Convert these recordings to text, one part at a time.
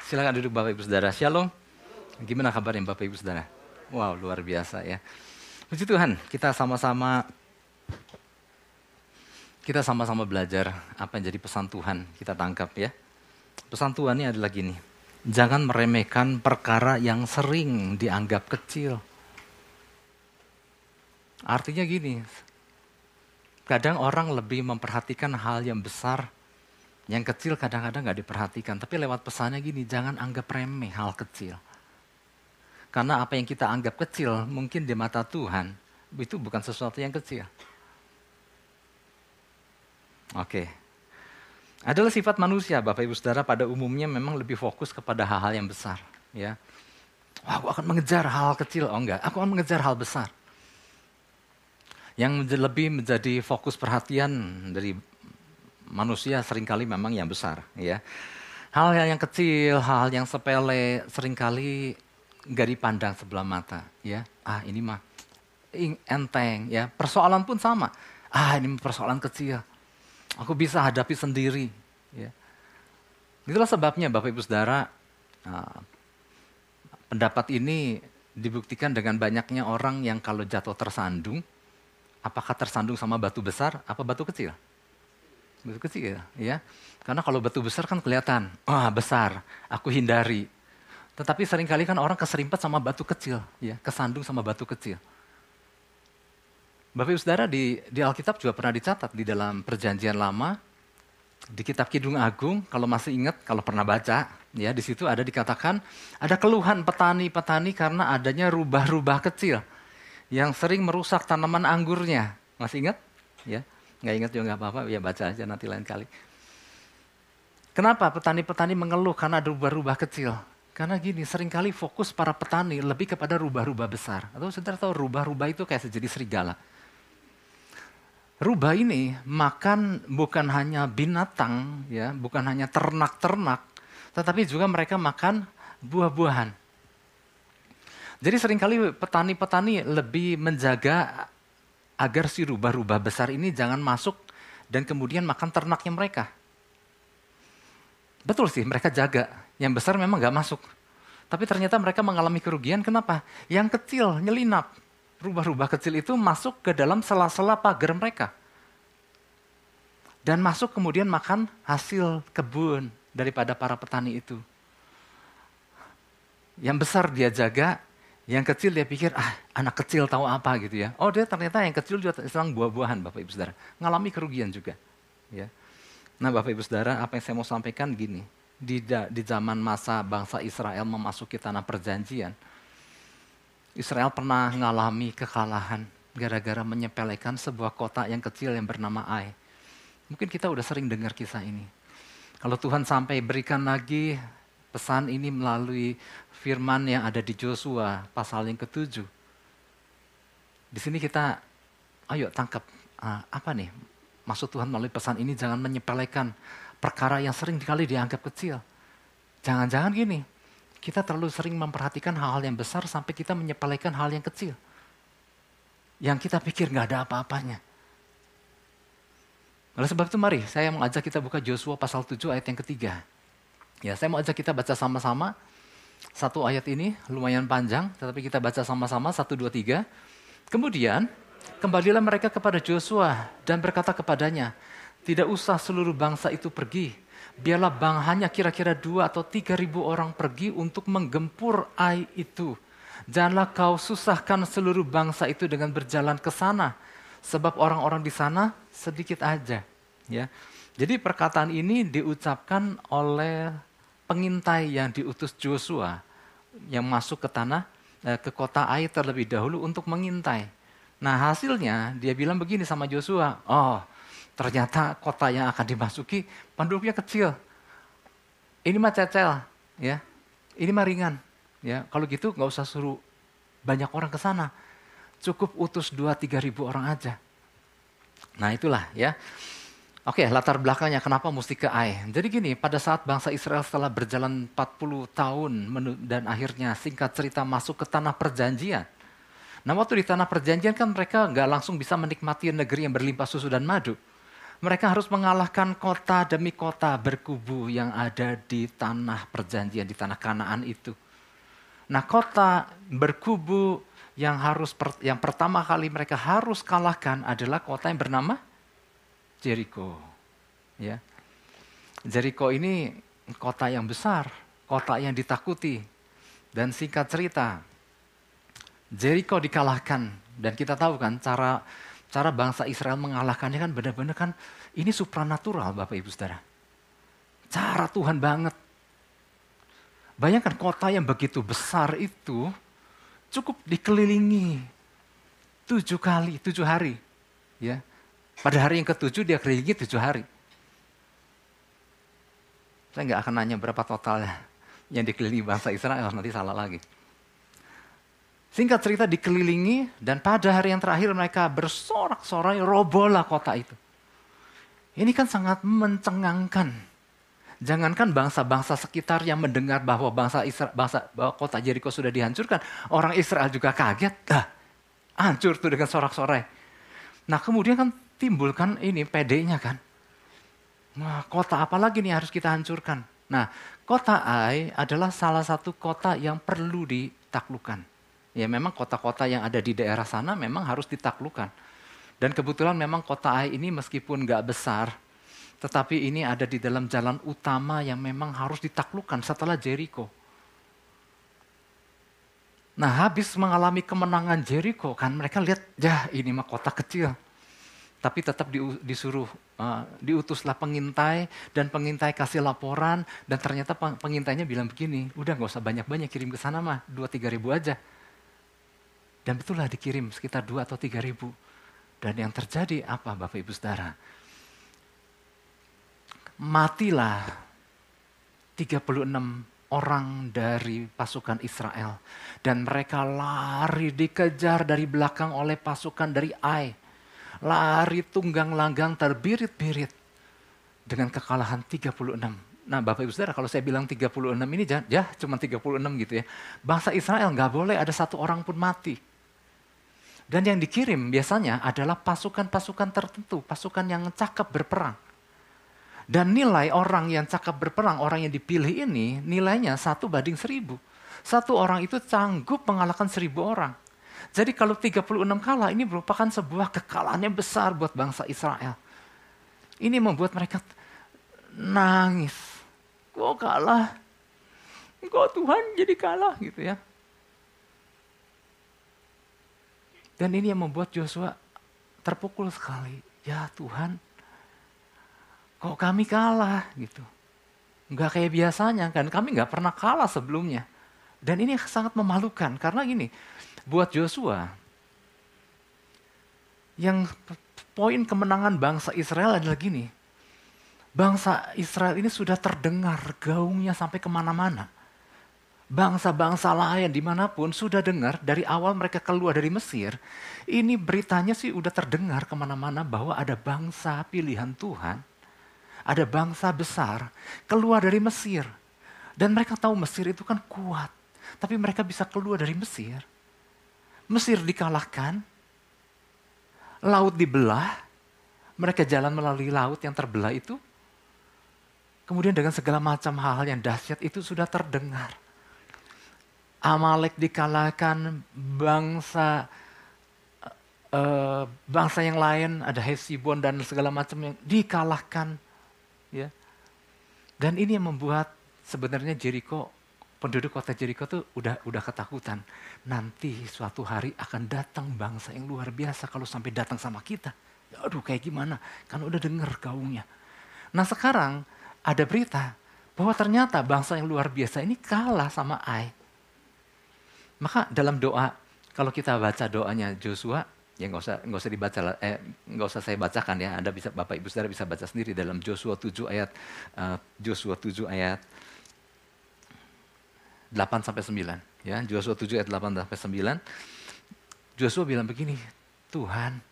Silakan duduk Bapak Ibu Saudara. Shalom. Gimana kabarnya Bapak Ibu Saudara? Wow, luar biasa ya. Puji Tuhan, kita sama-sama belajar apa yang jadi pesan Tuhan, kita tangkap ya. Pesan Tuhan ini adalah gini, jangan meremehkan perkara yang sering dianggap kecil. Artinya gini, kadang orang lebih memperhatikan hal yang besar, yang kecil kadang-kadang gak diperhatikan. Tapi lewat pesannya gini, jangan anggap remeh hal kecil. Karena apa yang kita anggap kecil, mungkin di mata Tuhan, itu bukan sesuatu yang kecil. Oke. Adalah sifat manusia, Bapak Ibu Saudara, pada umumnya memang lebih fokus kepada hal-hal yang besar. Ya. Wah, aku akan mengejar hal kecil. Oh enggak, aku akan mengejar hal besar. Yang lebih menjadi fokus perhatian dari manusia seringkali memang yang besar. Ya. Hal-hal yang kecil, hal-hal yang sepele, seringkali nggak dipandang sebelah mata. Ya. Ini mah enteng. Ya. Persoalan pun sama. Ini persoalan kecil. Aku bisa hadapi sendiri. Ya. Itulah sebabnya Bapak Ibu Saudara, pendapat ini dibuktikan dengan banyaknya orang yang kalau jatuh tersandung, apakah tersandung sama batu besar, apa batu kecil? Batu kecil, ya. Karena kalau batu besar kan kelihatan, besar, aku hindari. Tetapi seringkali kan orang keserimpet sama batu kecil, ya, kesandung sama batu kecil. Bapak Ibu Saudara, di Alkitab juga pernah dicatat di dalam Perjanjian Lama, di Kitab Kidung Agung, kalau masih ingat, kalau pernah baca, ya di situ ada dikatakan ada keluhan petani-petani karena adanya rubah-rubah kecil yang sering merusak tanaman anggurnya. Masih ingat? Ya. Nggak ingat juga nggak apa-apa, ya baca aja nanti lain kali. Kenapa petani-petani mengeluh karena ada rubah-rubah kecil? Karena gini, seringkali fokus para petani lebih kepada rubah-rubah besar. Atau saudara tahu rubah-rubah itu kayak sejenis serigala. Rubah ini makan bukan hanya binatang, ya, bukan hanya ternak-ternak, tetapi juga mereka makan buah-buahan. Jadi seringkali petani-petani lebih menjaga agar si rubah-rubah besar ini jangan masuk dan kemudian makan ternaknya mereka. Betul sih, mereka jaga. Yang besar memang gak masuk. Tapi ternyata mereka mengalami kerugian, kenapa? Yang kecil, nyelinap. Rubah-rubah kecil itu masuk ke dalam sela-sela pagar mereka. Dan masuk kemudian makan hasil kebun daripada para petani itu. Yang besar dia jaga, yang kecil dia pikir, anak kecil tahu apa gitu ya. Oh dia ternyata yang kecil juga sedang buah-buahan Bapak Ibu Saudara. Ngalami kerugian juga. Ya. Nah Bapak Ibu Saudara, apa yang saya mau sampaikan gini. Di zaman masa bangsa Israel memasuki tanah perjanjian, Israel pernah mengalami kekalahan gara-gara menyepelekan sebuah kota yang kecil yang bernama Ai. Mungkin kita udah sering dengar kisah ini. Kalau Tuhan sampai berikan lagi pesan ini melalui firman yang ada di Yosua pasal yang ke-7. Di sini kita, ayo tangkap apa nih maksud Tuhan melalui pesan ini, jangan menyepelekan perkara yang sering kali dianggap kecil. Jangan-jangan gini, kita terlalu sering memperhatikan hal-hal yang besar sampai kita menyepelekan hal yang kecil. Yang kita pikir gak ada apa-apanya. Oleh sebab itu mari, saya mau ajak kita buka Yosua pasal 7 ayat yang ketiga. Ya, saya mau ajak kita baca sama-sama. Satu ayat ini lumayan panjang, tetapi kita baca sama-sama, 1, 2, 3. Kemudian, kembalilah mereka kepada Yosua dan berkata kepadanya, tidak usah seluruh bangsa itu pergi. Biarlah hanya kira-kira 2 atau 3 ribu orang pergi untuk menggempur Ai itu. Janganlah kau susahkan seluruh bangsa itu dengan berjalan ke sana. Sebab orang-orang di sana sedikit aja. Ya. Jadi perkataan ini diucapkan oleh pengintai yang diutus Yosua. Yang masuk ke kota Ai terlebih dahulu untuk mengintai. Nah hasilnya dia bilang begini sama Yosua. Ternyata kota yang akan dimasuki penduduknya kecil. Ini mah cecel, ya. Ini mah ringan, ya. Kalau gitu nggak usah suruh banyak orang ke sana. Cukup utus 2-3 ribu orang aja. Nah itulah ya. Oke, latar belakangnya kenapa mesti ke Ai. Jadi gini, pada saat bangsa Israel setelah berjalan 40 tahun dan akhirnya singkat cerita masuk ke tanah perjanjian. Nah waktu di tanah perjanjian kan mereka nggak langsung bisa menikmati negeri yang berlimpah susu dan madu. Mereka harus mengalahkan kota demi kota berkubu yang ada di tanah perjanjian, di tanah Kanaan itu. Nah, kota berkubu yang pertama kali mereka harus kalahkan adalah kota yang bernama Jericho. Ya. Jericho ini kota yang besar, kota yang ditakuti. Dan singkat cerita, Jericho dikalahkan. Dan kita tahu kan cara bangsa Israel mengalahkannya kan benar-benar kan ini supranatural Bapak Ibu Saudara. Cara Tuhan banget. Bayangkan kota yang begitu besar itu cukup dikelilingi 7 hari. Ya. Pada hari yang ke-7 dia kelilingi 7 hari. Saya nggak akan nanya berapa totalnya yang dikelilingi bangsa Israel, nanti salah lagi. Singkat cerita dikelilingi dan pada hari yang terakhir mereka bersorak-sorai, robohlah kota itu. Ini kan sangat mencengangkan. Jangankan bangsa-bangsa sekitar yang mendengar bahwa bahwa kota Jericho sudah dihancurkan, orang Israel juga kaget. Hancur tuh dengan sorak-sorai. Nah kemudian kan timbul kan ini PD-nya kan. Nah, kota apa lagi nih harus kita hancurkan? Nah, kota Ai adalah salah satu kota yang perlu ditaklukkan. Ya memang kota-kota yang ada di daerah sana memang harus ditaklukkan. Dan kebetulan memang kota Ai ini meskipun nggak besar, tetapi ini ada di dalam jalan utama yang memang harus ditaklukkan setelah Jericho. Nah habis mengalami kemenangan Jericho kan mereka lihat, ya ini mah kota kecil. Tapi tetap diutuslah pengintai dan pengintai kasih laporan dan ternyata pengintainya bilang begini, udah gak usah banyak-banyak kirim ke sana mah 2-3 ribu aja. Dan betullah dikirim sekitar 2 atau 3 ribu. Dan yang terjadi apa Bapak Ibu Saudara? Matilah 36 orang dari pasukan Israel. Dan mereka lari dikejar dari belakang oleh pasukan dari Ai. Lari tunggang langgang terbirit-birit. Dengan kekalahan 36. Nah Bapak Ibu Saudara kalau saya bilang 36 ini cuma 36 gitu ya. Bangsa Israel gak boleh ada satu orang pun mati. Dan yang dikirim biasanya adalah pasukan-pasukan tertentu. Pasukan yang cakap berperang. Dan nilai orang yang cakap berperang, orang yang dipilih ini nilainya 1:1000. Satu orang itu sanggup mengalahkan 1000 orang. Jadi kalau 36 kalah ini merupakan sebuah kekalahan yang besar buat bangsa Israel. Ini membuat mereka nangis. Kok kalah? Kok Tuhan jadi kalah gitu ya. Dan ini yang membuat Yosua terpukul sekali. Ya Tuhan, kok kami kalah gitu. Nggak kayak biasanya kan, kami nggak pernah kalah sebelumnya. Dan ini sangat memalukan karena gini, buat Yosua, yang poin kemenangan bangsa Israel adalah gini, bangsa Israel ini sudah terdengar gaungnya sampai kemana-mana. Bangsa-bangsa lain dimanapun sudah dengar dari awal mereka keluar dari Mesir, ini beritanya sih udah terdengar kemana-mana bahwa ada bangsa pilihan Tuhan, ada bangsa besar keluar dari Mesir. Dan mereka tahu Mesir itu kan kuat, tapi mereka bisa keluar dari Mesir. Mesir dikalahkan, laut dibelah, mereka jalan melalui laut yang terbelah itu. Kemudian dengan segala macam hal-hal yang dahsyat itu sudah terdengar. Amalek dikalahkan, bangsa yang lain, ada Hesibon dan segala macam yang dikalahkan. Ya. Dan ini yang membuat sebenarnya Jericho, penduduk kota Jericho tuh udah ketakutan. Nanti suatu hari akan datang bangsa yang luar biasa kalau sampai datang sama kita. Aduh kayak gimana, kan udah denger gaungnya. Nah sekarang ada berita bahwa ternyata bangsa yang luar biasa ini kalah sama Ai. Maka dalam doa, kalau kita baca doanya Joshua, ya nggak usah dibaca, nggak usah saya bacakan ya. Anda bisa, Bapak Ibu Saudara bisa baca sendiri dalam Joshua 7 ayat 8-9. Ya, Joshua 7 ayat 8-9. Joshua bilang begini, Tuhan.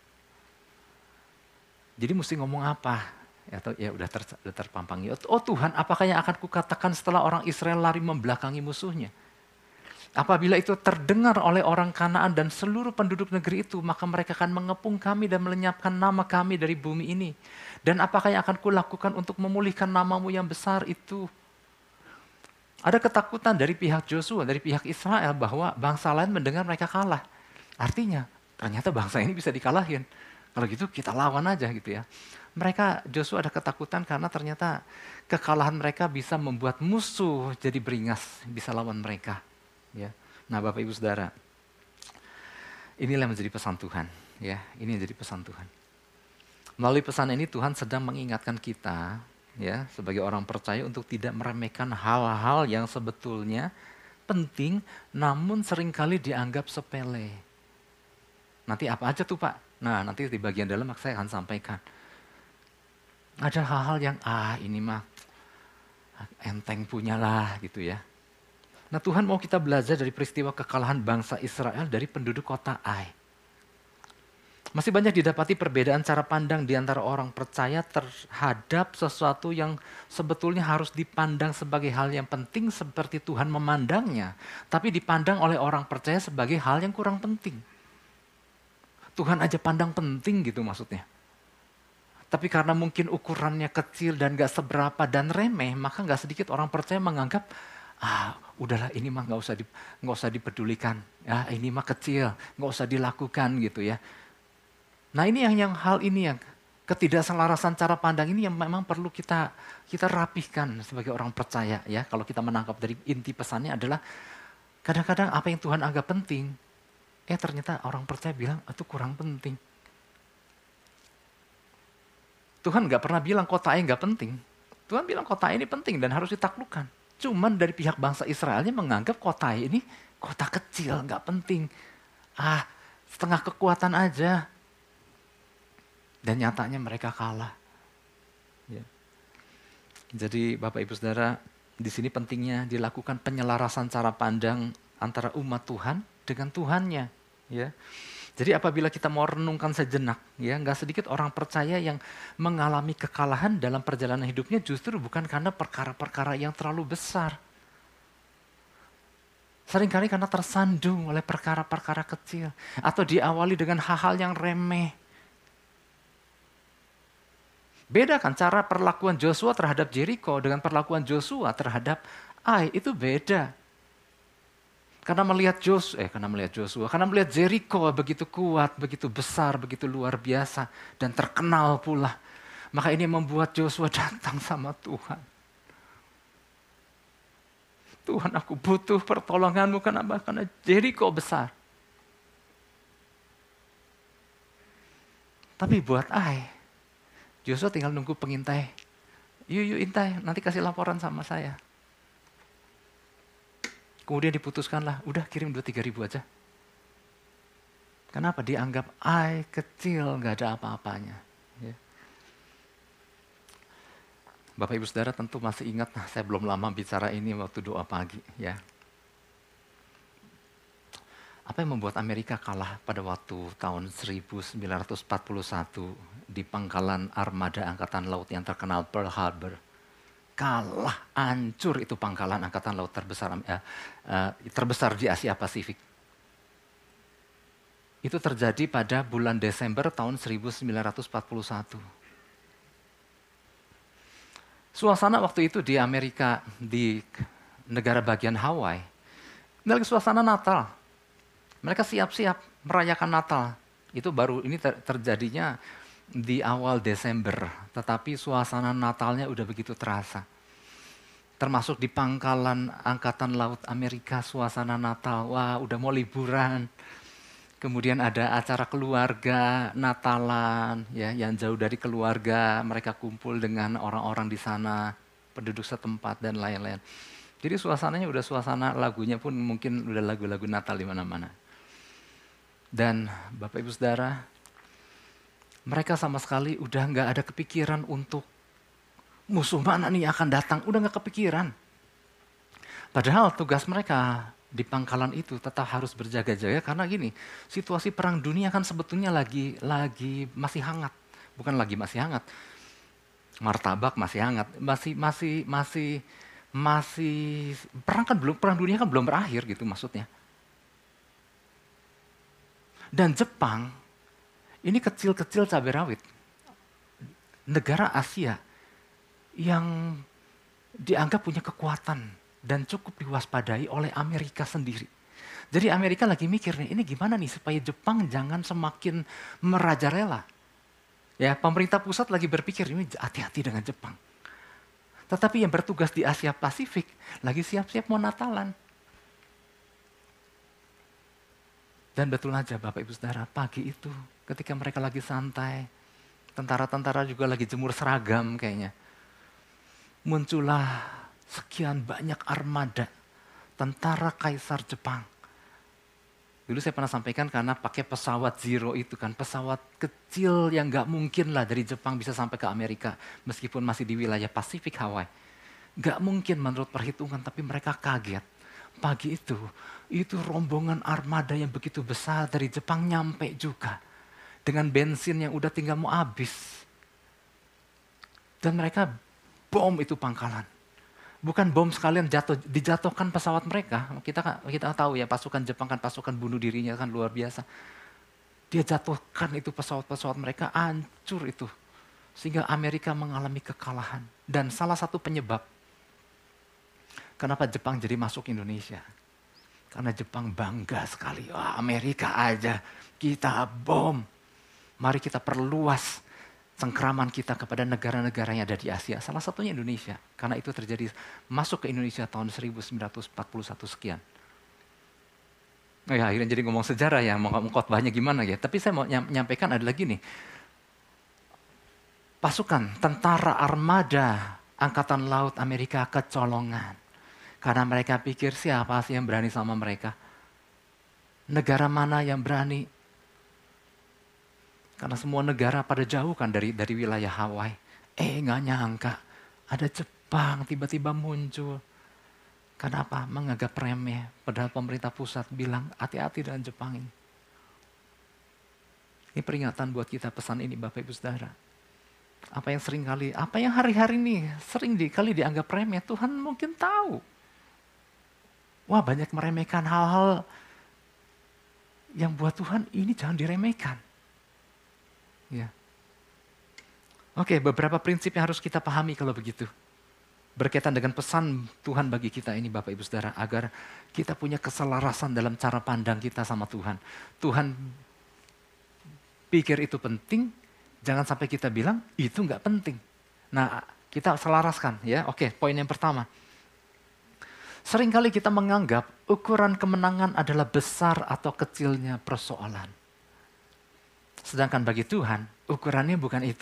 Jadi mesti ngomong apa? Ya udah terpampang. Oh Tuhan, apakah yang akan kukatakan setelah orang Israel lari membelakangi musuhnya? Apabila itu terdengar oleh orang Kanaan dan seluruh penduduk negeri itu, maka mereka akan mengepung kami dan melenyapkan nama kami dari bumi ini. Dan apakah yang akan kulakukan untuk memulihkan namamu yang besar itu? Ada ketakutan dari pihak Joshua, dari pihak Israel bahwa bangsa lain mendengar mereka kalah. Artinya, ternyata bangsa ini bisa dikalahin. Kalau gitu kita lawan aja gitu ya. Mereka, Joshua ada ketakutan karena ternyata kekalahan mereka bisa membuat musuh jadi beringas, bisa lawan mereka. Ya. Nah Bapak Ibu Saudara, inilah yang menjadi pesan Tuhan. Ya, ini yang jadi pesan Tuhan. Melalui pesan ini Tuhan sedang mengingatkan kita, ya, sebagai orang percaya untuk tidak meremehkan hal-hal yang sebetulnya penting, namun seringkali dianggap sepele. Nanti apa aja tuh Pak? Nah nanti di bagian dalam saya akan sampaikan. Ada hal-hal yang ini mah enteng punyalah gitu ya. Nah Tuhan mau kita belajar dari peristiwa kekalahan bangsa Israel dari penduduk kota Ai. Masih banyak didapati perbedaan cara pandang di antara orang percaya terhadap sesuatu yang sebetulnya harus dipandang sebagai hal yang penting seperti Tuhan memandangnya. Tapi dipandang oleh orang percaya sebagai hal yang kurang penting. Tuhan aja pandang penting gitu maksudnya. Tapi karena mungkin ukurannya kecil dan gak seberapa dan remeh, maka gak sedikit orang percaya menganggap, udahlah ini mah gak usah dipedulikan. Ya, ini mah kecil, gak usah dilakukan gitu ya. Nah ini yang hal ini yang ketidakselarasan cara pandang ini yang memang perlu kita rapihkan sebagai orang percaya ya. Kalau kita menangkap dari inti pesannya adalah kadang-kadang apa yang Tuhan anggap penting, ternyata orang percaya bilang itu kurang penting. Tuhan gak pernah bilang kota ini gak penting. Tuhan bilang kota ini penting dan harus ditaklukkan. Cuman dari pihak bangsa Israelnya menganggap kota ini kota kecil, gak penting. Setengah kekuatan aja. Dan nyatanya mereka kalah. Ya. Jadi Bapak Ibu Saudara, di sini pentingnya dilakukan penyelarasan cara pandang antara umat Tuhan dengan Tuhannya. Ya. Jadi apabila kita mau renungkan sejenak, ya nggak sedikit orang percaya yang mengalami kekalahan dalam perjalanan hidupnya justru bukan karena perkara-perkara yang terlalu besar. Seringkali karena tersandung oleh perkara-perkara kecil atau diawali dengan hal-hal yang remeh. Beda kan cara perlakuan Joshua terhadap Jericho dengan perlakuan Joshua terhadap Ai, itu beda. Karena melihat Jericho begitu kuat, begitu besar, begitu luar biasa, dan terkenal pula. Maka ini membuat Joshua datang sama Tuhan. Tuhan, aku butuh pertolonganmu karena Jericho besar. Tapi buat Ai, Joshua tinggal nunggu pengintai. Yuk intai, nanti kasih laporan sama saya. Kemudian diputuskanlah, udah kirim 2-3 ribu aja. Kenapa? Dianggap Ai kecil, gak ada apa-apanya. Ya. Bapak Ibu Saudara tentu masih ingat, saya belum lama bicara ini waktu doa pagi. Ya. Apa yang membuat Amerika kalah pada waktu tahun 1941 di pangkalan armada Angkatan Laut yang terkenal Pearl Harbor? Kalah, hancur itu pangkalan angkatan laut terbesar di Asia Pasifik. Itu terjadi pada bulan Desember tahun 1941. Suasana waktu itu di Amerika, di negara bagian Hawaii, ini suasana Natal. Mereka siap-siap merayakan Natal. Itu baru ini terjadinya di awal Desember, tetapi suasana Natalnya udah begitu terasa. Termasuk di pangkalan Angkatan Laut Amerika, suasana Natal, wah udah mau liburan. Kemudian ada acara keluarga, Natalan, ya, yang jauh dari keluarga, mereka kumpul dengan orang-orang di sana, penduduk setempat dan lain-lain. Jadi suasananya udah suasana, lagunya pun mungkin udah lagu-lagu Natal di mana-mana. Dan Bapak Ibu Saudara, mereka sama sekali udah nggak ada kepikiran untuk musuh mana nih akan datang, udah nggak kepikiran. Padahal tugas mereka di pangkalan itu tetap harus berjaga-jaga karena gini, situasi perang dunia kan sebetulnya lagi masih hangat, bukan lagi masih hangat, martabak masih hangat, masih perang dunia kan belum berakhir gitu maksudnya. Dan Jepang ini kecil-kecil cabai rawit. negara Asia yang dianggap punya kekuatan dan cukup diwaspadai oleh Amerika sendiri. Jadi Amerika lagi mikir nih, ini gimana nih supaya Jepang jangan semakin merajalela. Ya, pemerintah pusat lagi berpikir, ini hati-hati dengan Jepang. Tetapi yang bertugas di Asia Pasifik lagi siap-siap mau Natalan. Dan betul aja Bapak Ibu Saudara, pagi itu ketika mereka lagi santai, tentara-tentara juga lagi jemur seragam kayaknya. Muncullah sekian banyak armada tentara Kaisar Jepang. Dulu saya pernah sampaikan karena pakai pesawat Zero itu kan, pesawat kecil yang gak mungkin lah dari Jepang bisa sampai ke Amerika, meskipun masih di wilayah Pasifik Hawaii. Gak mungkin menurut perhitungan, tapi mereka kaget. Pagi itu rombongan armada yang begitu besar dari Jepang nyampe juga. Dengan bensin yang udah tinggal mau habis. Dan mereka bom itu pangkalan. Bukan bom sekalian dijatuhkan pesawat mereka. Kita tahu ya pasukan Jepang kan pasukan bunuh dirinya kan luar biasa. Dia jatuhkan itu pesawat-pesawat mereka, hancur itu. Sehingga Amerika mengalami kekalahan. Dan salah satu penyebab kenapa Jepang jadi masuk Indonesia. Karena Jepang bangga sekali. Wah, Amerika aja kita bom. Mari kita perluas cengkraman kita kepada negara-negara yang ada di Asia. Salah satunya Indonesia. Karena itu terjadi masuk ke Indonesia tahun 1941 sekian. Oh ya, akhirnya jadi ngomong sejarah ya, mau khotbahnya gimana ya. Tapi saya mau menyampaikan ada lagi nih. Pasukan tentara armada Angkatan Laut Amerika kecolongan. Karena mereka pikir siapa sih yang berani sama mereka. Negara mana yang berani. Karena semua negara pada jauh kan dari wilayah Hawaii. Nggak nyangka ada Jepang tiba-tiba muncul. Kenapa? Menganggap remeh. Padahal pemerintah pusat bilang hati-hati dengan Jepang ini. Ini peringatan buat kita pesan ini Bapak Ibu Saudara. Apa yang hari-hari ini sering kali dianggap remeh, Tuhan mungkin tahu. Wah, banyak meremehkan hal-hal yang buat Tuhan ini jangan diremehkan. Ya. Oke, beberapa prinsip yang harus kita pahami kalau begitu. Berkaitan dengan pesan Tuhan bagi kita ini Bapak Ibu Saudara. Agar kita punya keselarasan dalam cara pandang kita sama Tuhan. Tuhan pikir itu penting, jangan sampai kita bilang itu nggak penting. Nah, kita selaraskan ya. Oke, poin yang pertama. Seringkali kita menganggap ukuran kemenangan adalah besar atau kecilnya persoalan. Sedangkan bagi Tuhan, ukurannya bukan itu.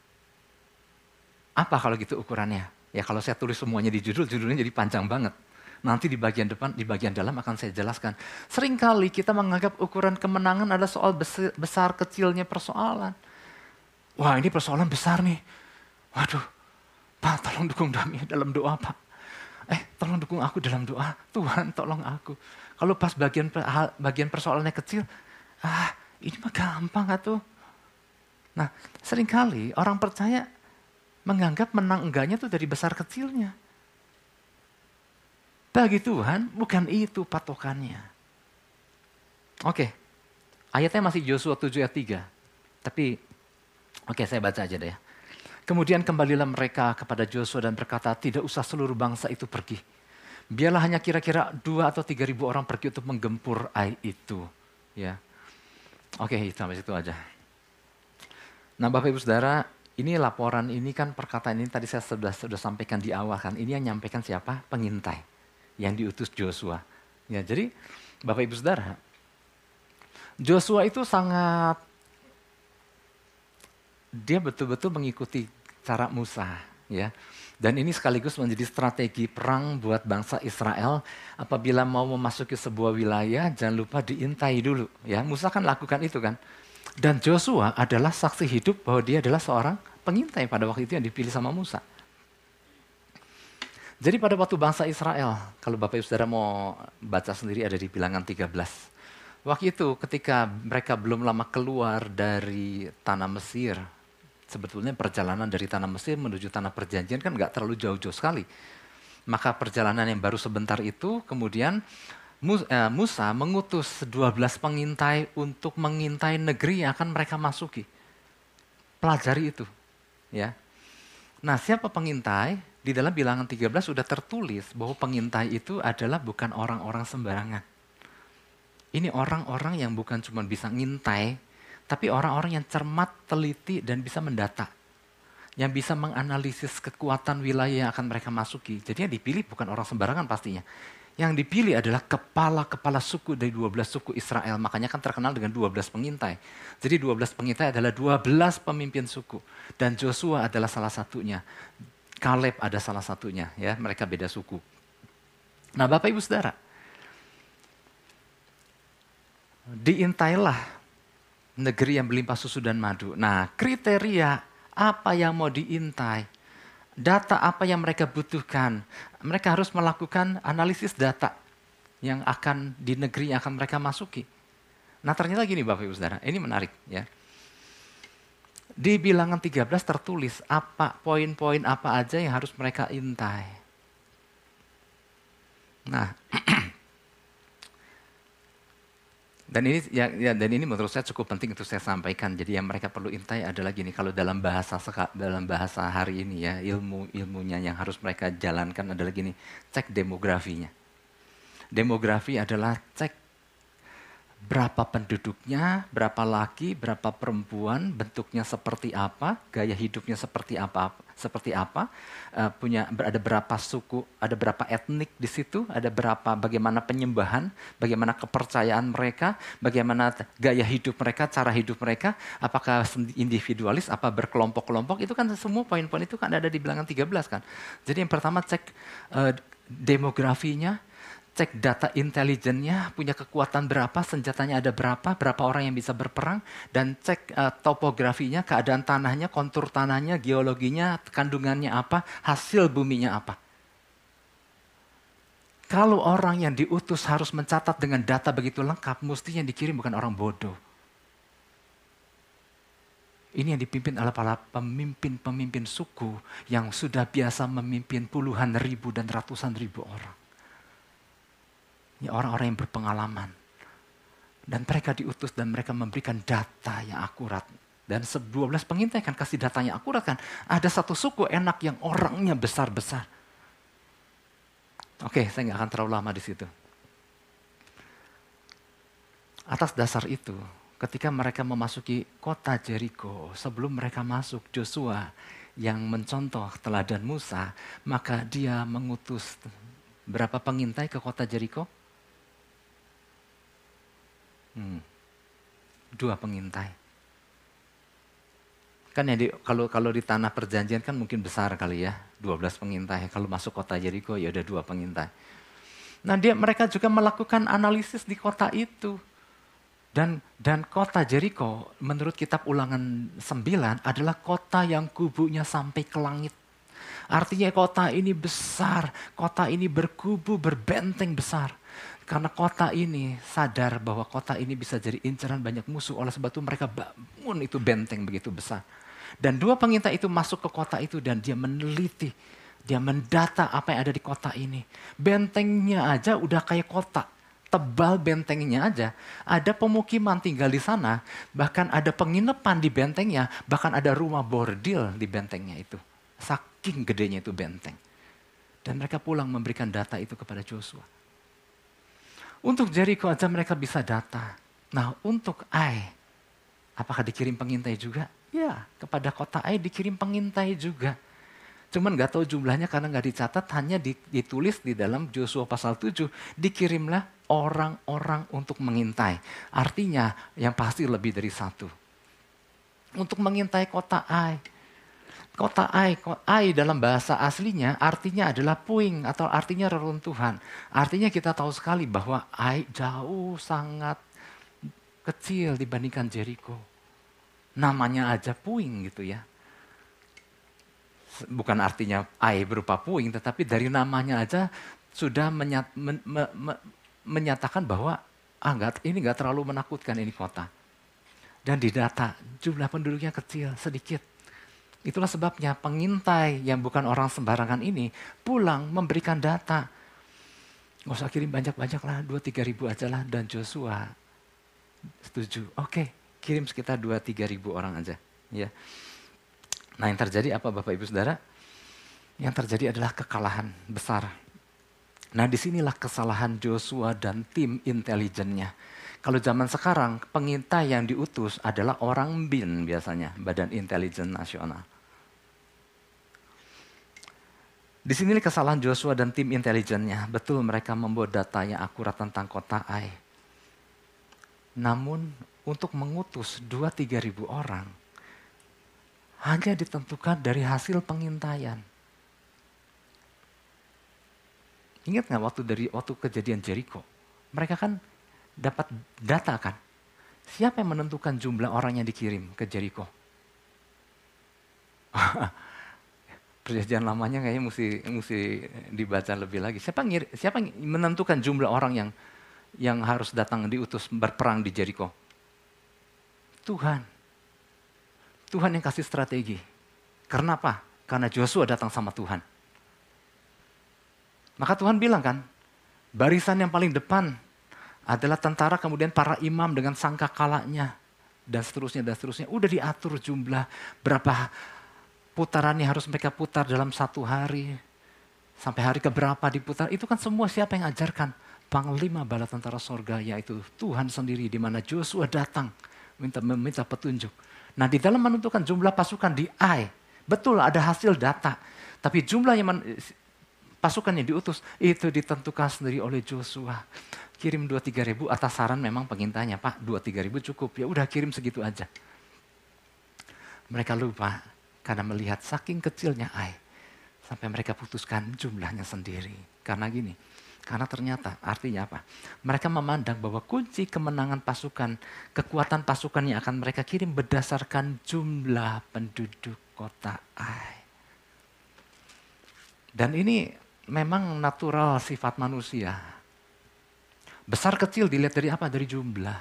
Apa kalau gitu ukurannya? Ya kalau saya tulis semuanya di judulnya jadi panjang banget. Nanti di bagian depan, di bagian dalam akan saya jelaskan. Seringkali kita menganggap ukuran kemenangan adalah soal besar kecilnya persoalan. Wah, ini persoalan besar nih. Waduh, Pak tolong dukung kami dalam doa Pak. Tolong dukung aku dalam doa. Tuhan tolong aku. Kalau pas bagian persoalannya kecil, ini mah gampang tuh. Nah, seringkali orang percaya menganggap menang enggaknya tuh dari besar kecilnya. Bagi Tuhan bukan itu patokannya. Oke, ayatnya masih Yosua 7 ayat 3. Tapi, saya baca aja deh ya. Kemudian kembalilah mereka kepada Yosua dan berkata, tidak usah seluruh bangsa itu pergi. Biarlah hanya kira-kira 2 atau 3 ribu orang pergi untuk menggempur Ai itu. Ya. Oke, sampai situ aja. Nah Bapak Ibu Saudara, ini laporan ini kan perkataan ini tadi saya sudah sampaikan di awal kan. Ini yang nyampaikan siapa? Pengintai yang diutus Joshua. Ya, jadi Bapak Ibu Saudara, Joshua itu dia betul-betul mengikuti cara Musa, ya. Dan ini sekaligus menjadi strategi perang buat bangsa Israel. Apabila mau memasuki sebuah wilayah, jangan lupa diintai dulu. Ya, Musa kan lakukan itu kan. Dan Joshua adalah saksi hidup bahwa dia adalah seorang pengintai pada waktu itu yang dipilih sama Musa. Jadi pada waktu bangsa Israel, kalau Bapak Ibu Saudara mau baca sendiri ada di Bilangan 13. Waktu itu ketika mereka belum lama keluar dari tanah Mesir, sebetulnya perjalanan dari tanah Mesir menuju tanah perjanjian kan nggak terlalu jauh-jauh sekali. Maka perjalanan yang baru sebentar itu kemudian Musa mengutus 12 pengintai untuk mengintai negeri yang akan mereka masuki. Pelajari itu. Ya. Nah, siapa pengintai? Di dalam Bilangan 13 sudah tertulis bahwa pengintai itu adalah bukan orang-orang sembarangan. Ini orang-orang yang bukan cuma bisa ngintai, tapi orang-orang yang cermat, teliti, dan bisa mendata. Yang bisa menganalisis kekuatan wilayah yang akan mereka masuki. Jadi yang dipilih bukan orang sembarangan pastinya. Yang dipilih adalah kepala-kepala suku dari 12 suku Israel. Makanya kan terkenal dengan 12 pengintai. Jadi 12 pengintai adalah 12 pemimpin suku. Dan Joshua adalah salah satunya. Kaleb ada salah satunya. Ya, mereka beda suku. Nah, Bapak Ibu Saudara, diintailah negeri yang berlimpah susu dan madu. Nah, kriteria apa yang mau diintai, data apa yang mereka butuhkan. Mereka harus melakukan analisis data yang akan di negeri yang akan mereka masuki. Nah, ternyata gini Bapak Ibu Saudara, ini menarik ya. Di Bilangan 13 tertulis apa poin-poin apa aja yang harus mereka intai. Nah, dan ini menurut saya cukup penting untuk saya sampaikan. Jadi yang mereka perlu intai adalah gini, kalau dalam bahasa hari ini ya, ilmunya yang harus mereka jalankan adalah gini, cek demografinya. Demografi adalah cek berapa penduduknya, berapa laki, berapa perempuan, bentuknya seperti apa, gaya hidupnya seperti apa, ada berapa suku, ada berapa etnik di situ, ada berapa, bagaimana penyembahan, bagaimana kepercayaan mereka, bagaimana gaya hidup mereka, cara hidup mereka, apakah individualis, apa berkelompok-kelompok, itu kan semua poin-poin itu kan ada di Bilangan 13 kan. Jadi yang pertama cek demografinya, cek data intelijennya, punya kekuatan berapa, senjatanya ada berapa orang yang bisa berperang, dan cek topografinya, keadaan tanahnya, kontur tanahnya, geologinya, kandungannya apa, hasil buminya apa. Kalau orang yang diutus harus mencatat dengan data begitu lengkap, mestinya yang dikirim bukan orang bodoh. Ini yang dipimpin oleh para pemimpin-pemimpin suku yang sudah biasa memimpin puluhan ribu dan ratusan ribu orang. Ini orang-orang yang berpengalaman. Dan mereka diutus dan mereka memberikan data yang akurat. Dan 12 pengintai kan kasih datanya akurat kan. Ada satu suku enak yang orangnya besar-besar. Oke, saya nggak akan terlalu lama di situ. Atas dasar itu, ketika mereka memasuki kota Jericho, sebelum mereka masuk, Joshua yang mencontoh teladan Musa, maka dia mengutus berapa pengintai ke kota Jericho? 2 pengintai. Kan ya kalau di tanah perjanjian kan mungkin besar kali ya, 12 pengintai. Kalau masuk kota Jericho ya udah 2 pengintai. Nah mereka juga melakukan analisis di kota itu. Dan kota Jericho menurut kitab Ulangan 9 adalah kota yang kubunya sampai ke langit. Artinya kota ini besar, kota ini berkubu, berbenteng besar. Karena kota ini sadar bahwa kota ini bisa jadi incaran banyak musuh. Oleh sebab itu mereka bangun itu benteng begitu besar. Dan 2 pengintai itu masuk ke kota itu dan dia meneliti. Dia mendata apa yang ada di kota ini. Bentengnya aja udah kayak kota. Tebal bentengnya aja. Ada pemukiman tinggal di sana. Bahkan ada penginapan di bentengnya. Bahkan ada rumah bordil di bentengnya itu. Saking gedenya itu benteng. Dan mereka pulang memberikan data itu kepada Joshua. Untuk Jericho aja mereka bisa data. Nah untuk Ai, apakah dikirim pengintai juga? Ya, kepada kota Ai dikirim pengintai juga. Cuman gak tahu jumlahnya karena gak dicatat, hanya ditulis di dalam Joshua pasal 7. Dikirimlah orang-orang untuk mengintai. Artinya yang pasti lebih dari 1. Untuk mengintai kota Ai. Kota Ai dalam bahasa aslinya artinya adalah puing atau artinya reruntuhan. Artinya kita tahu sekali bahwa Ai jauh sangat kecil dibandingkan Jericho. Namanya aja puing gitu ya. Bukan artinya Ai berupa puing, tetapi dari namanya aja sudah menyatakan bahwa ini nggak terlalu menakutkan ini kota. Dan di data jumlah penduduknya kecil, sedikit. Itulah sebabnya pengintai yang bukan orang sembarangan ini pulang memberikan data. Nggak usah kirim banyak-banyak lah, 2-3 ribu aja lah. Dan Joshua setuju. Oke, kirim sekitar 2-3 ribu orang aja. Ya. Nah yang terjadi apa Bapak Ibu Saudara? Yang terjadi adalah kekalahan besar. Nah disinilah kesalahan Joshua dan tim intelijennya. Kalau zaman sekarang pengintai yang diutus adalah orang BIN biasanya, Badan Intelijen Nasional. Di sini kesalahan Joshua dan tim intelijennya. Betul mereka membawa data yang akurat tentang kota Ai. Namun untuk mengutus 2-3 ribu orang hanya ditentukan dari hasil pengintaian. Ingat nggak waktu kejadian Jericho? Mereka kan dapat data kan. Siapa yang menentukan jumlah orang yang dikirim ke Jericho? Perjanjian lamanya kayaknya mesti dibaca lebih lagi. Siapa yang menentukan jumlah orang yang harus datang diutus berperang di Jericho? Tuhan. Tuhan yang kasih strategi. Karena apa? Karena Joshua datang sama Tuhan. Maka Tuhan bilang kan, barisan yang paling depan adalah tentara, kemudian para imam dengan sangkakalanya, dan seterusnya, dan seterusnya. Udah diatur jumlah berapa putarannya harus mereka putar dalam satu hari. Sampai hari keberapa diputar, itu kan semua siapa yang ajarkan? Panglima bala tentara sorga, yaitu Tuhan sendiri, di mana Joshua datang meminta petunjuk. Nah di dalam menentukan jumlah pasukan di Ai, betul ada hasil data. Tapi jumlah pasukan yang diutus, itu ditentukan sendiri oleh Joshua. Kirim 2-3 ribu atas saran memang pengintainya, Pak 2-3 ribu cukup, ya udah kirim segitu aja. Mereka lupa karena melihat saking kecilnya Ai, sampai mereka putuskan jumlahnya sendiri. Karena gini, karena ternyata artinya apa? Mereka memandang bahwa kunci kemenangan pasukan, kekuatan pasukan yang akan mereka kirim berdasarkan jumlah penduduk kota Ai. Dan ini memang natural sifat manusia. Besar kecil dilihat dari apa? Dari jumlah.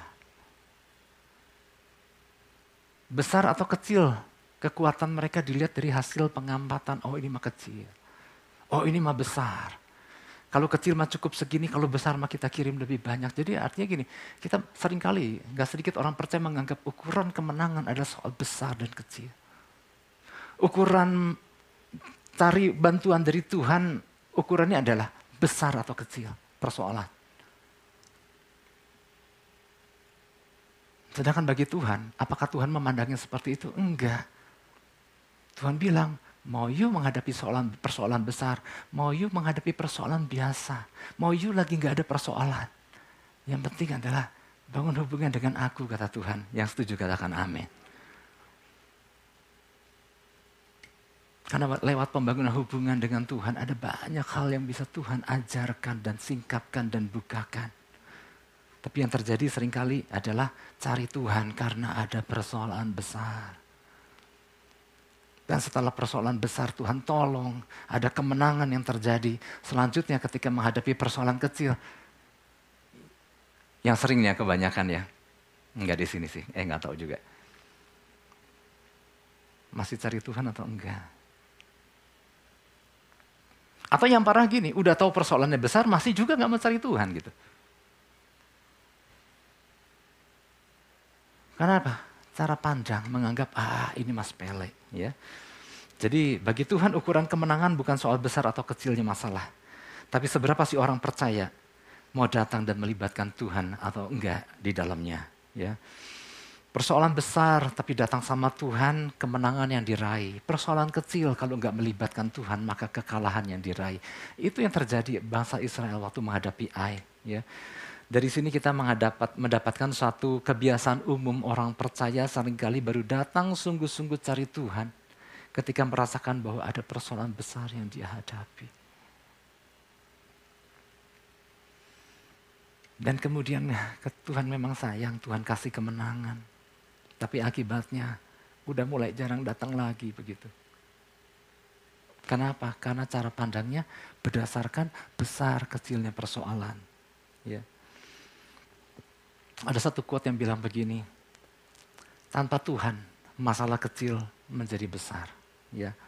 Besar atau kecil, kekuatan mereka dilihat dari hasil pengamatan. Oh ini mah kecil. Oh ini mah besar. Kalau kecil mah cukup segini, kalau besar mah kita kirim lebih banyak. Jadi artinya gini, kita seringkali, gak sedikit orang percaya menganggap ukuran kemenangan adalah soal besar dan kecil. Ukuran cari bantuan dari Tuhan, ukurannya adalah besar atau kecil, persoalan. Sedangkan bagi Tuhan, apakah Tuhan memandangnya seperti itu? Enggak. Tuhan bilang, mau you menghadapi persoalan besar, mau you menghadapi persoalan biasa, mau you lagi gak ada persoalan. Yang penting adalah bangun hubungan dengan aku, kata Tuhan. Yang setuju katakan amin. Karena lewat pembangunan hubungan dengan Tuhan, ada banyak hal yang bisa Tuhan ajarkan dan singkapkan dan bukakan. Tapi yang terjadi seringkali adalah cari Tuhan karena ada persoalan besar. Dan setelah persoalan besar Tuhan tolong, ada kemenangan yang terjadi. Selanjutnya ketika menghadapi persoalan kecil, yang seringnya kebanyakan ya, enggak di sini sih, enggak tahu juga. Masih cari Tuhan atau enggak? Atau yang parah gini, udah tahu persoalannya besar, masih juga enggak mau cari Tuhan gitu. Karena apa? Cara pandang menganggap, ini mas sepele. Ya. Jadi bagi Tuhan ukuran kemenangan bukan soal besar atau kecilnya masalah. Tapi seberapa sih orang percaya mau datang dan melibatkan Tuhan atau enggak di dalamnya. Ya. Persoalan besar tapi datang sama Tuhan, kemenangan yang diraih. Persoalan kecil kalau enggak melibatkan Tuhan, maka kekalahan yang diraih. Itu yang terjadi bangsa Israel waktu menghadapi Ai. Ya. Dari sini kita mendapatkan satu kebiasaan umum orang percaya seringkali baru datang sungguh-sungguh cari Tuhan ketika merasakan bahwa ada persoalan besar yang dia hadapi. Dan kemudian Tuhan memang sayang, Tuhan kasih kemenangan. Tapi akibatnya udah mulai jarang datang lagi begitu. Kenapa? Karena cara pandangnya berdasarkan besar kecilnya persoalan. Ya. Ada satu quote yang bilang begini, tanpa Tuhan masalah kecil menjadi besar. Ya.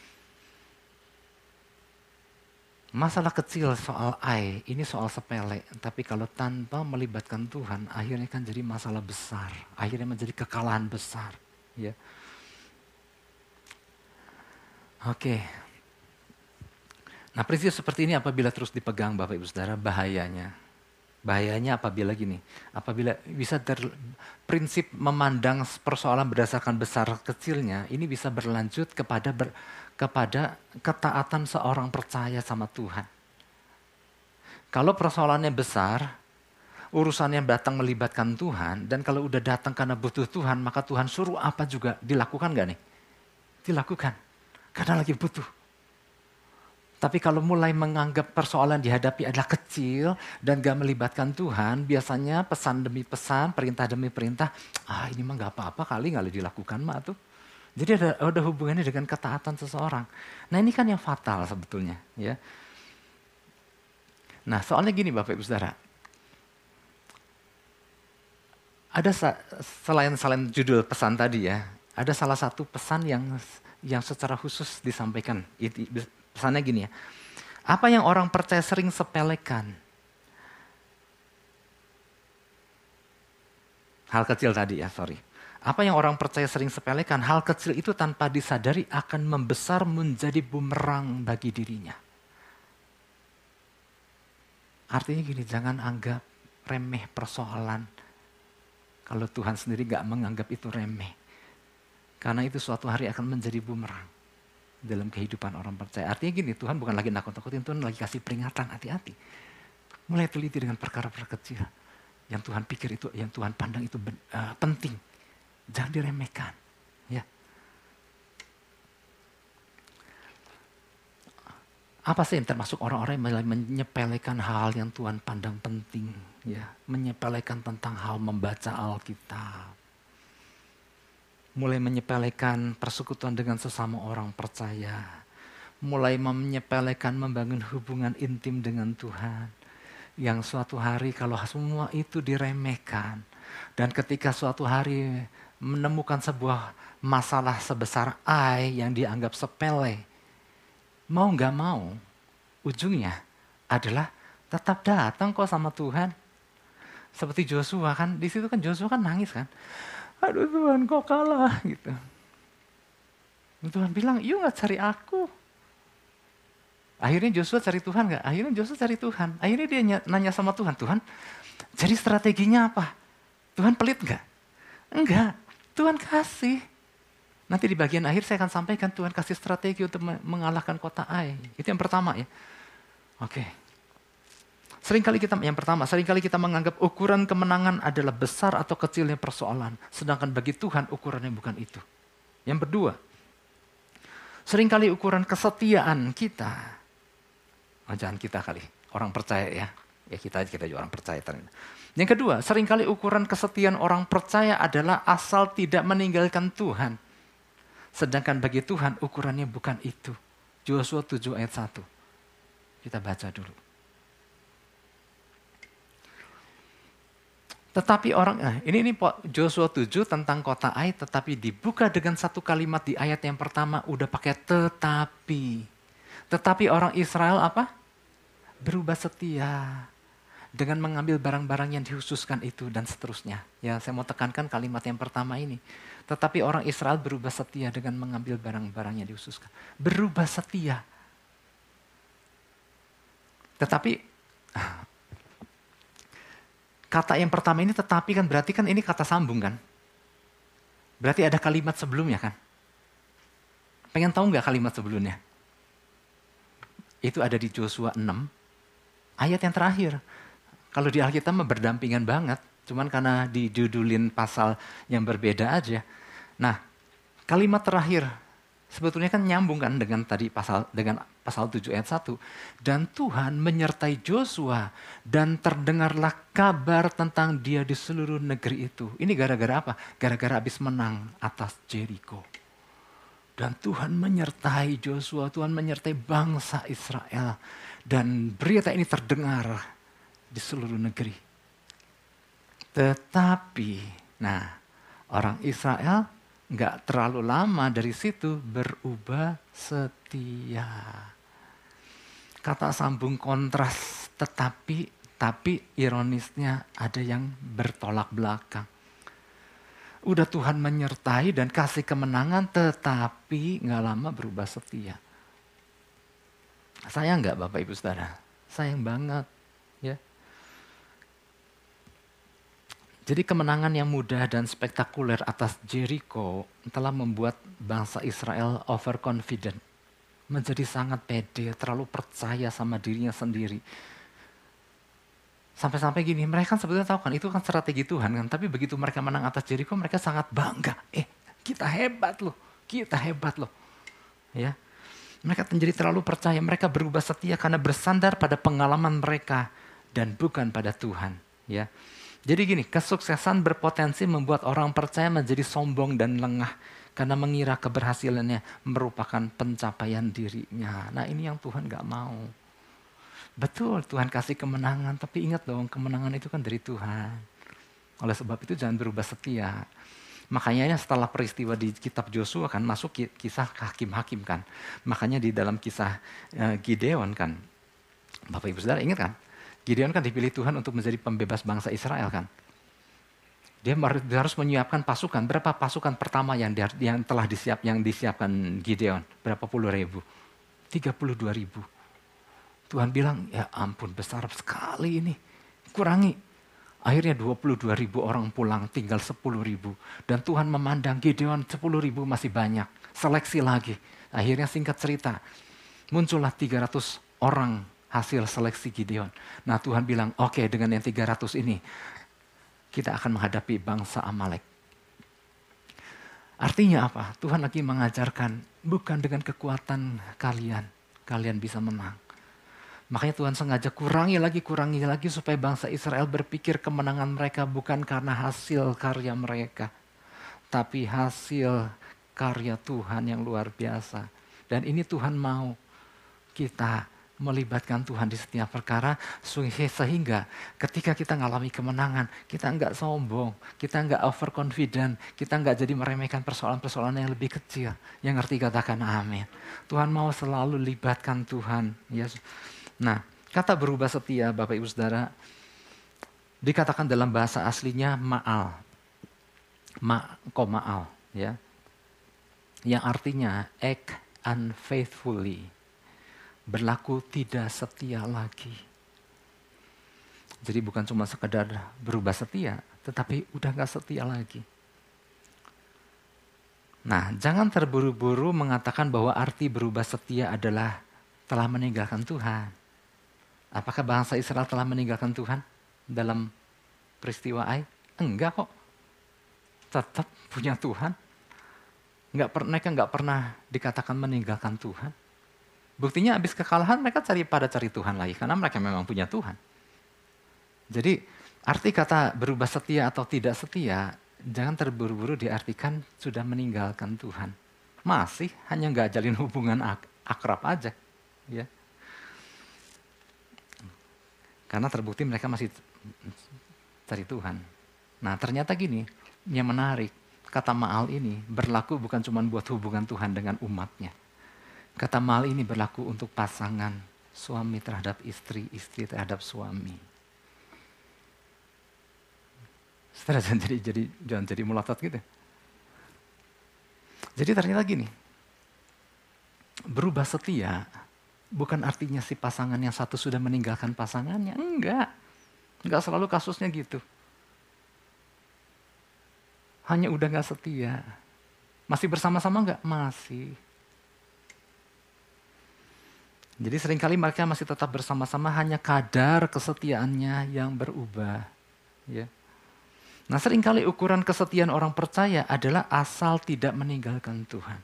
Masalah kecil soal Ai, ini soal sepele. Tapi kalau tanpa melibatkan Tuhan, akhirnya kan jadi masalah besar. Akhirnya menjadi kekalahan besar. Ya. Oke. Nah prinsip seperti ini apabila terus dipegang Bapak Ibu Saudara, bahayanya. Bahayanya apabila gini, apabila bisa prinsip memandang persoalan berdasarkan besar kecilnya, ini bisa berlanjut kepada ketaatan seorang percaya sama Tuhan. Kalau persoalannya besar, urusannya datang melibatkan Tuhan, dan kalau udah datang karena butuh Tuhan, maka Tuhan suruh apa juga dilakukan gak nih? Dilakukan, karena lagi butuh. Tapi kalau mulai menganggap persoalan dihadapi adalah kecil dan gak melibatkan Tuhan, biasanya pesan demi pesan, perintah demi perintah, ini mah gak apa-apa kali gak dilakukan mah tuh. Jadi ada hubungannya dengan ketaatan seseorang. Nah ini kan yang fatal sebetulnya. Ya. Nah soalnya gini Bapak Ibu Saudara, ada selain judul pesan tadi ya, ada salah satu pesan yang secara khusus disampaikan. Pesannya gini ya, apa yang orang percaya sering sepelekan? Hal kecil tadi ya, sorry. Apa yang orang percaya sering sepelekan, hal kecil itu tanpa disadari akan membesar menjadi bumerang bagi dirinya. Artinya gini, jangan anggap remeh persoalan. Kalau Tuhan sendiri gak menganggap itu remeh. Karena itu suatu hari akan menjadi bumerang dalam kehidupan orang percaya. Artinya gini, Tuhan bukan lagi nakut-nakutin, Tuhan lagi kasih peringatan, hati-hati. Mulai teliti dengan perkara-perkara kecil. Yang Tuhan pikir itu, yang Tuhan pandang itu penting. Jangan diremehkan. Ya. Apa sih yang termasuk orang-orang yang menyepelekan hal yang Tuhan pandang penting. Ya. Menyepelekan tentang hal membaca Alkitab. Mulai menyepelekan persekutuan dengan sesama orang percaya. Mulai menyepelekan membangun hubungan intim dengan Tuhan. Yang suatu hari kalau semua itu diremehkan. Dan ketika suatu hari menemukan sebuah masalah sebesar I yang dianggap sepele. Mau gak mau, ujungnya adalah tetap datang kok sama Tuhan. Seperti Joshua kan, di situ kan Joshua kan nangis kan. Aduh Tuhan kok kalah gitu. Tuhan bilang, you gak cari aku. Akhirnya Joshua cari Tuhan gak? Akhirnya Joshua cari Tuhan. Akhirnya dia nanya sama Tuhan, Tuhan jadi strateginya apa? Tuhan pelit gak? Enggak, Tuhan kasih. Nanti di bagian akhir saya akan sampaikan Tuhan kasih strategi untuk mengalahkan kota Ai. Itu yang pertama ya. Oke. Seringkali kita menganggap ukuran kemenangan adalah besar atau kecilnya persoalan. Sedangkan bagi Tuhan ukurannya bukan itu. Yang kedua, seringkali ukuran kesetiaan kita, jangan kita kali, orang percaya ya. Ya kita juga orang percaya ternyata. Yang kedua, seringkali ukuran kesetiaan orang percaya adalah asal tidak meninggalkan Tuhan. Sedangkan bagi Tuhan ukurannya bukan itu. Joshua 7 ayat 1. Kita baca dulu. Tetapi ini Joshua 7 tentang kota Ai, tetapi dibuka dengan satu kalimat di ayat yang pertama udah pakai tetapi. Tetapi orang Israel apa? Berubah setia dengan mengambil barang-barang yang dikhususkan itu dan seterusnya. Ya, saya mau tekankan kalimat yang pertama ini. Tetapi orang Israel berubah setia dengan mengambil barang-barang yang dikhususkan. Berubah setia. Tetapi kata yang pertama ini tetapi kan berarti kan ini kata sambung kan. Berarti ada kalimat sebelumnya kan. Pengen tahu nggak kalimat sebelumnya? Itu ada di Joshua 6 ayat yang terakhir. Kalau di Alkitab berdampingan banget. Cuman karena dijudulin pasal yang berbeda aja. Nah kalimat terakhir sebetulnya kan nyambung kan dengan tadi pasal 7 ayat 1. Dan Tuhan menyertai Joshua dan terdengarlah kabar tentang dia di seluruh negeri itu. Ini gara-gara apa? Gara-gara habis menang atas Jericho. Dan Tuhan menyertai Joshua, Tuhan menyertai bangsa Israel. Dan berita ini terdengar di seluruh negeri. Tetapi, orang Israel nggak terlalu lama dari situ berubah setia. Kata sambung kontras, tapi ironisnya ada yang bertolak belakang. Udah Tuhan menyertai dan kasih kemenangan, tetapi nggak lama berubah setia. Sayang nggak Bapak Ibu Saudara? Sayang banget. Ya. Jadi kemenangan yang mudah dan spektakuler atas Jericho telah membuat bangsa Israel overconfident. Menjadi sangat pede, terlalu percaya sama dirinya sendiri. Sampai-sampai gini, mereka kan sebetulnya tahu kan, itu kan strategi Tuhan kan. Tapi begitu mereka menang atas Jericho, mereka sangat bangga. Kita hebat loh, kita hebat loh. Ya, mereka menjadi terlalu percaya, mereka berubah setia karena bersandar pada pengalaman mereka dan bukan pada Tuhan. Ya, jadi gini, kesuksesan berpotensi membuat orang percaya menjadi sombong dan lengah karena mengira keberhasilannya merupakan pencapaian dirinya. Nah ini yang Tuhan gak mau. Betul, Tuhan kasih kemenangan, tapi ingat dong, kemenangan itu kan dari Tuhan. Oleh sebab itu jangan berubah setia. Makanya setelah peristiwa di kitab Yosua kan masuk kisah hakim-hakim kan. Makanya di dalam kisah Gideon kan, Bapak Ibu Saudara ingat kan? Gideon kan dipilih Tuhan untuk menjadi pembebas bangsa Israel kan. Dia harus menyiapkan pasukan. Berapa pasukan pertama yang telah disiapkan Gideon? Berapa puluh ribu? 32.000. Tuhan bilang, ya ampun besar sekali ini, kurangi. Akhirnya 22.000 orang pulang, tinggal 10.000. Dan Tuhan memandang Gideon 10.000 masih banyak, seleksi lagi. Akhirnya singkat cerita, muncullah 300 orang hasil seleksi Gideon. Nah Tuhan bilang, oke, dengan yang 300 ini, kita akan menghadapi bangsa Amalek. Artinya apa? Tuhan lagi mengajarkan, bukan dengan kekuatan kalian bisa menang. Makanya Tuhan sengaja kurangi lagi supaya bangsa Israel berpikir kemenangan mereka bukan karena hasil karya mereka. Tapi hasil karya Tuhan yang luar biasa. Dan ini Tuhan mau kita melibatkan Tuhan di setiap perkara. Sehingga ketika kita ngalami kemenangan, kita enggak sombong, kita enggak overconfident, kita enggak jadi meremehkan persoalan-persoalan yang lebih kecil. Yang ngerti katakan amin. Tuhan mau selalu libatkan Tuhan. Ya. Nah, kata berubah setia Bapak Ibu Saudara, dikatakan dalam bahasa aslinya ma'al. Ma'al, ya. Yang artinya act unfaithfully. Berlaku tidak setia lagi. Jadi bukan cuma sekedar berubah setia, tetapi udah gak setia lagi. Nah, jangan terburu-buru mengatakan bahwa arti berubah setia adalah telah meninggalkan Tuhan. Apakah bangsa Israel telah meninggalkan Tuhan dalam peristiwa Ai? Enggak kok. Tetap punya Tuhan. Mereka nggak pernah dikatakan meninggalkan Tuhan. Buktinya habis kekalahan mereka cari Tuhan lagi. Karena mereka memang punya Tuhan. Jadi arti kata berubah setia atau tidak setia, jangan terburu-buru diartikan sudah meninggalkan Tuhan. Masih hanya nggak jalin hubungan akrab aja. Ya. Karena terbukti mereka masih cari Tuhan. Nah ternyata gini, yang menarik, kata ma'al ini berlaku bukan cuma buat hubungan Tuhan dengan umatnya. Kata ma'al ini berlaku untuk pasangan, suami terhadap istri, istri terhadap suami. Setelah jangan jadi melotot gitu. Jadi ternyata gini, berubah setia bukan artinya si pasangan yang satu sudah meninggalkan pasangannya. Enggak selalu kasusnya gitu. Hanya udah gak setia. Masih bersama-sama enggak? Masih. Jadi seringkali mereka masih tetap bersama-sama, hanya kadar kesetiaannya yang berubah. Ya. Nah seringkali ukuran kesetiaan orang percaya adalah asal tidak meninggalkan Tuhan.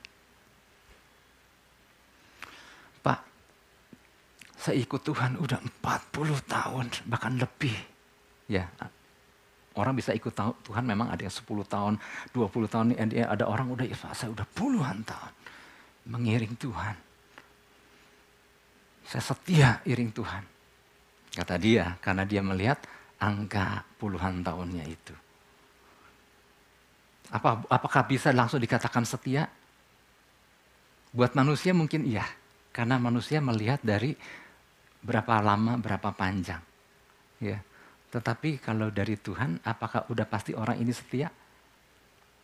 Pak, saya ikut Tuhan udah 40 tahun, bahkan lebih. Ya, orang bisa ikut Tuhan memang ada yang 10 tahun, 20 tahun, ada orang udah, saya udah puluhan tahun mengiring Tuhan. Saya setia iring Tuhan. Kata dia, karena dia melihat angka puluhan tahunnya itu. Apakah bisa langsung dikatakan setia? Buat manusia mungkin iya, karena manusia melihat dari berapa lama, berapa panjang. Ya. Tetapi kalau dari Tuhan, apakah udah pasti orang ini setia?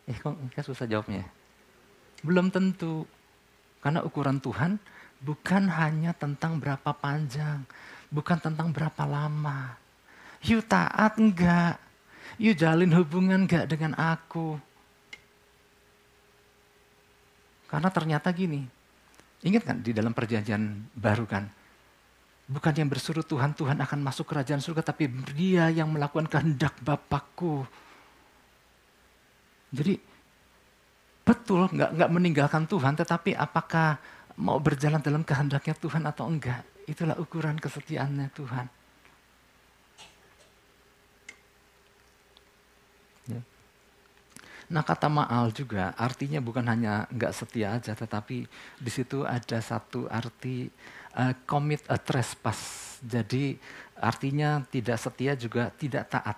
Kok susah jawabnya? Belum tentu. Karena ukuran Tuhan bukan hanya tentang berapa panjang, bukan tentang berapa lama. You taat enggak? You jalin hubungan enggak dengan aku? Karena ternyata gini, ingat kan di dalam perjanjian baru kan, bukan yang bersuruh Tuhan, Tuhan akan masuk kerajaan surga, tapi dia yang melakukan kehendak Bapakku. Jadi betul nggak meninggalkan Tuhan, tetapi apakah mau berjalan dalam kehendaknya Tuhan atau enggak? Itulah ukuran kesetiaannya Tuhan. Ya. Nah kata ma'al juga artinya bukan hanya nggak setia aja, tetapi di situ ada satu arti commit a trespass. Jadi artinya tidak setia juga tidak taat.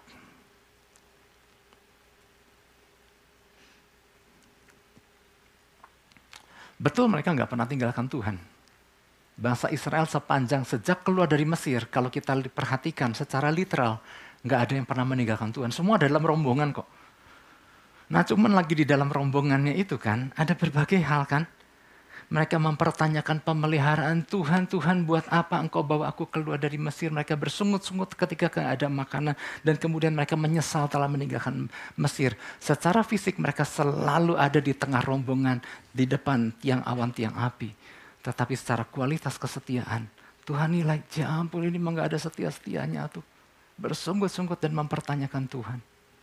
Betul mereka nggak pernah tinggalkan Tuhan. Bangsa Israel sepanjang sejak keluar dari Mesir, kalau kita perhatikan secara literal, nggak ada yang pernah meninggalkan Tuhan. Semua dalam rombongan kok. Nah cuman lagi di dalam rombongannya itu kan, ada berbagai hal kan. Mereka mempertanyakan pemeliharaan Tuhan, Tuhan buat apa engkau bawa aku keluar dari Mesir. Mereka bersungut-sungut ketika tidak ada makanan. Dan kemudian mereka menyesal telah meninggalkan Mesir. Secara fisik mereka selalu ada di tengah rombongan, di depan tiang awan, tiang api. Tetapi secara kualitas kesetiaan, Tuhan nilai, ya ampun ini memang gak ada setia-setianya tuh. Bersungut-sungut dan mempertanyakan Tuhan.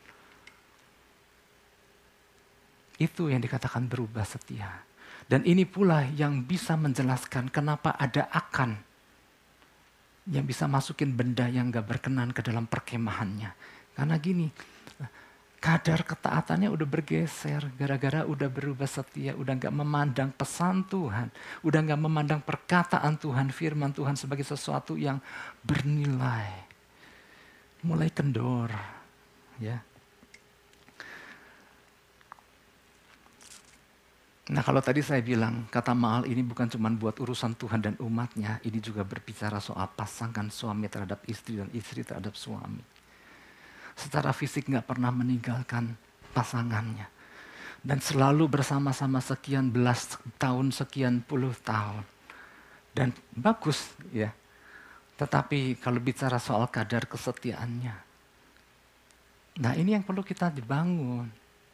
Itu yang dikatakan berubah setia. Dan ini pula yang bisa menjelaskan kenapa ada akan yang bisa masukin benda yang gak berkenan ke dalam perkemahannya. Karena gini, kadar ketaatannya udah bergeser gara-gara udah berubah setia, udah gak memandang pesan Tuhan, udah gak memandang perkataan Tuhan, firman Tuhan sebagai sesuatu yang bernilai. Mulai kendor, ya. Nah kalau tadi saya bilang kata ma'al ini bukan cuma buat urusan Tuhan dan umatnya, ini juga berbicara soal pasangan suami terhadap istri dan istri terhadap suami. Secara fisik gak pernah meninggalkan pasangannya. Dan selalu bersama-sama sekian belas tahun, sekian puluh tahun. Dan bagus ya. Tetapi kalau bicara soal kadar kesetiaannya. Nah ini yang perlu kita dibangun.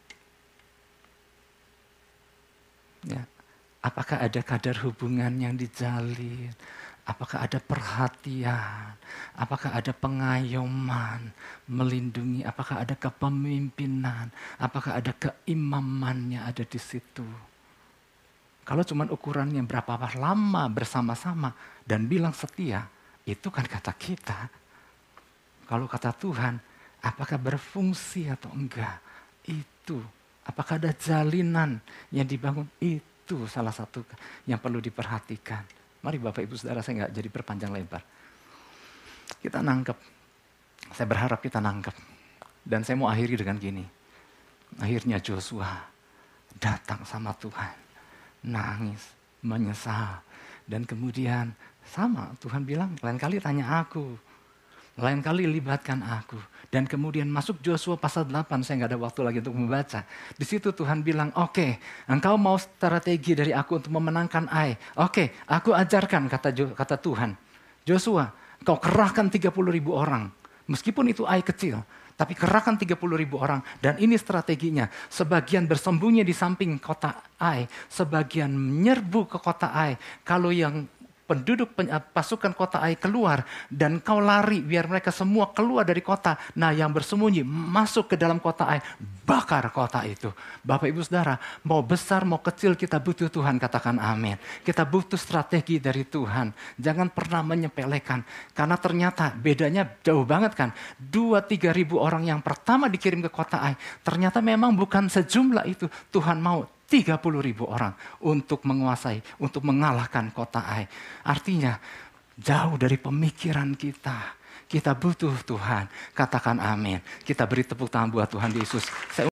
Ya. Apakah ada kadar hubungan yang dijalin? Apakah ada perhatian? Apakah ada pengayoman, melindungi? Apakah ada kepemimpinan? Apakah ada keimamannya ada di situ? Kalau cuma ukurannya berapa lama bersama-sama dan bilang setia, itu kan kata kita. Kalau kata Tuhan, apakah berfungsi atau enggak? Itu. Apakah ada jalinan yang dibangun? Itu salah satu yang perlu diperhatikan. Mari Bapak Ibu Saudara, saya nggak jadi berpanjang lebar. Kita nangkep. Saya berharap kita nangkep. Dan saya mau akhiri dengan gini. Akhirnya Joshua datang sama Tuhan. Nangis, menyesal. Dan kemudian sama Tuhan bilang, lain kali tanya aku. Lain kali libatkan aku. Dan kemudian masuk Joshua pasal 8, saya nggak ada waktu lagi untuk membaca. Di situ Tuhan bilang, oke, engkau mau strategi dari aku untuk memenangkan Ai. Oke, aku ajarkan, kata Tuhan. Joshua, kau kerahkan 30.000 orang. Meskipun itu Ai kecil, tapi kerahkan 30.000 orang. Dan ini strateginya, sebagian bersembunyi di samping kota Ai, sebagian menyerbu ke kota Ai. Kalau yang penduduk pasukan kota Ai keluar dan kau lari biar mereka semua keluar dari kota. Nah yang bersembunyi masuk ke dalam kota Ai, bakar kota itu. Bapak Ibu Saudara, mau besar mau kecil kita butuh Tuhan, katakan amin. Kita butuh strategi dari Tuhan. Jangan pernah menyepelekan. Karena ternyata bedanya jauh banget kan. 2-3 ribu orang yang pertama dikirim ke kota Ai, ternyata memang bukan sejumlah itu. Tuhan mau 30.000 orang untuk menguasai, untuk mengalahkan kota Ai. Artinya jauh dari pemikiran kita. Kita butuh Tuhan. Katakan amin. Kita beri tepuk tangan buat Tuhan Yesus.